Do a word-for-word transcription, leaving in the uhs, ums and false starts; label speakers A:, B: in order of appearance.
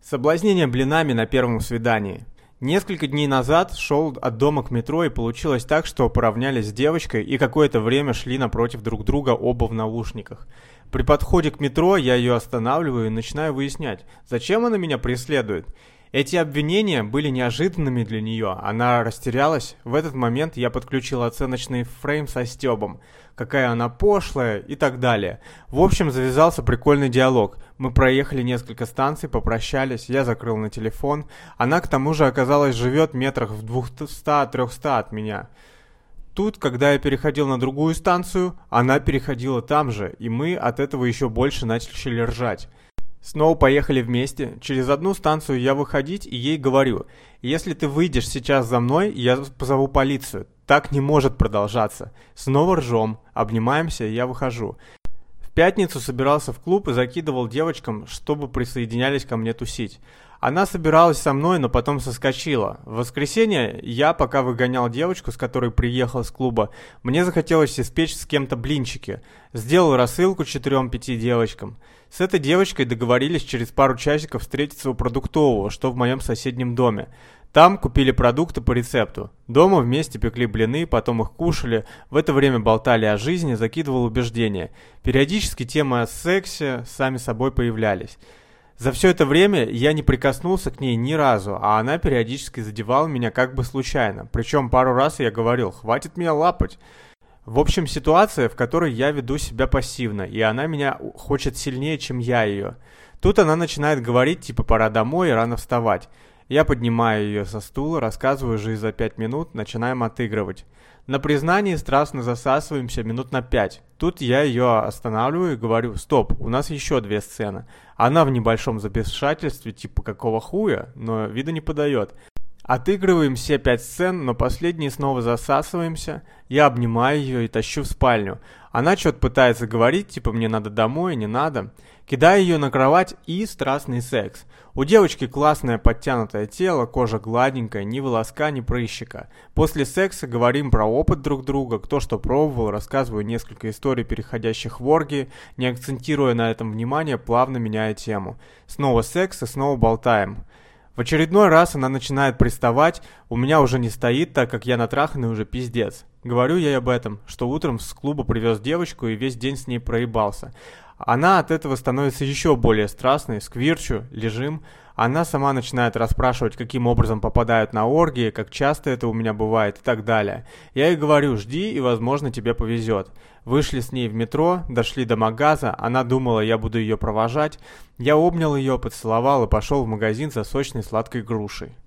A: Соблазнение блинами на первом свидании. Несколько дней назад шел от дома к метро, и получилось так, что поравнялись с девочкой и какое-то время шли напротив друг друга оба в наушниках. При подходе к метро я ее останавливаю и начинаю выяснять, зачем она меня преследует. Эти обвинения были неожиданными для нее, она растерялась. В этот момент я подключил оценочный фрейм со стёбом, какая она пошлая и так далее. В общем, завязался прикольный диалог. Мы проехали несколько станций, попрощались, я закрыл на телефон. Она к тому же оказалось живет метрах в двухстах-трехстах от меня. Тут, когда я переходил на другую станцию, она переходила там же, и мы от этого еще больше начали ржать. Снова поехали вместе. Через одну станцию я выходить и ей говорю: если ты выйдешь сейчас за мной, я позову полицию. Так не может продолжаться. Снова ржем, обнимаемся, и я выхожу. В пятницу собирался в клуб и закидывал девочкам, чтобы присоединялись ко мне тусить. Она собиралась со мной, но потом соскочила. В воскресенье я, пока выгонял девочку, с которой приехал с клуба, мне захотелось испечь с кем-то блинчики. Сделал рассылку четырем-пяти девочкам. С этой девочкой договорились через пару часиков встретиться у продуктового, что в моем соседнем доме. Там купили продукты по рецепту. Дома вместе пекли блины, потом их кушали. В это время болтали о жизни, закидывал убеждения. Периодически темы о сексе сами собой появлялись. За все это время я не прикоснулся к ней ни разу, а она периодически задевала меня как бы случайно. Причем пару раз я говорил: «Хватит меня лапать». В общем, ситуация, в которой я веду себя пассивно, и она меня хочет сильнее, чем я ее. Тут она начинает говорить, типа пора домой и рано вставать. Я поднимаю ее со стула, рассказываю жизнь за пять минут, начинаем отыгрывать. На признании страстно засасываемся минут на пять. Тут я ее останавливаю и говорю: стоп, у нас еще две сцены. Она в небольшом замешательстве, типа какого хуя, но вида не подает. Отыгрываем все пять сцен, но последние снова засасываемся. Я обнимаю ее и тащу в спальню. Она что-то пытается говорить, типа мне надо домой, не надо. Кидаю ее на кровать и страстный секс. У девочки классное подтянутое тело, кожа гладенькая, ни волоска, ни прыщика. После секса говорим про опыт друг друга, кто что пробовал, рассказываю несколько историй, переходящих в оргии, не акцентируя на этом внимание, плавно меняя тему. Снова секс и снова болтаем. В очередной раз она начинает приставать, у меня уже не стоит, так как я натраханный уже пиздец. Говорю ей об этом, что утром с клуба привез девочку и весь день с ней проебался. Она от этого становится еще более страстной, сквирчу, лежим. Она сама начинает расспрашивать, каким образом попадают на оргии, как часто это у меня бывает и так далее. Я ей говорю: жди, и возможно тебе повезет. Вышли с ней в метро, дошли до магаза, она думала, я буду ее провожать. Я обнял ее, поцеловал и пошел в магазин за сочной сладкой грушей.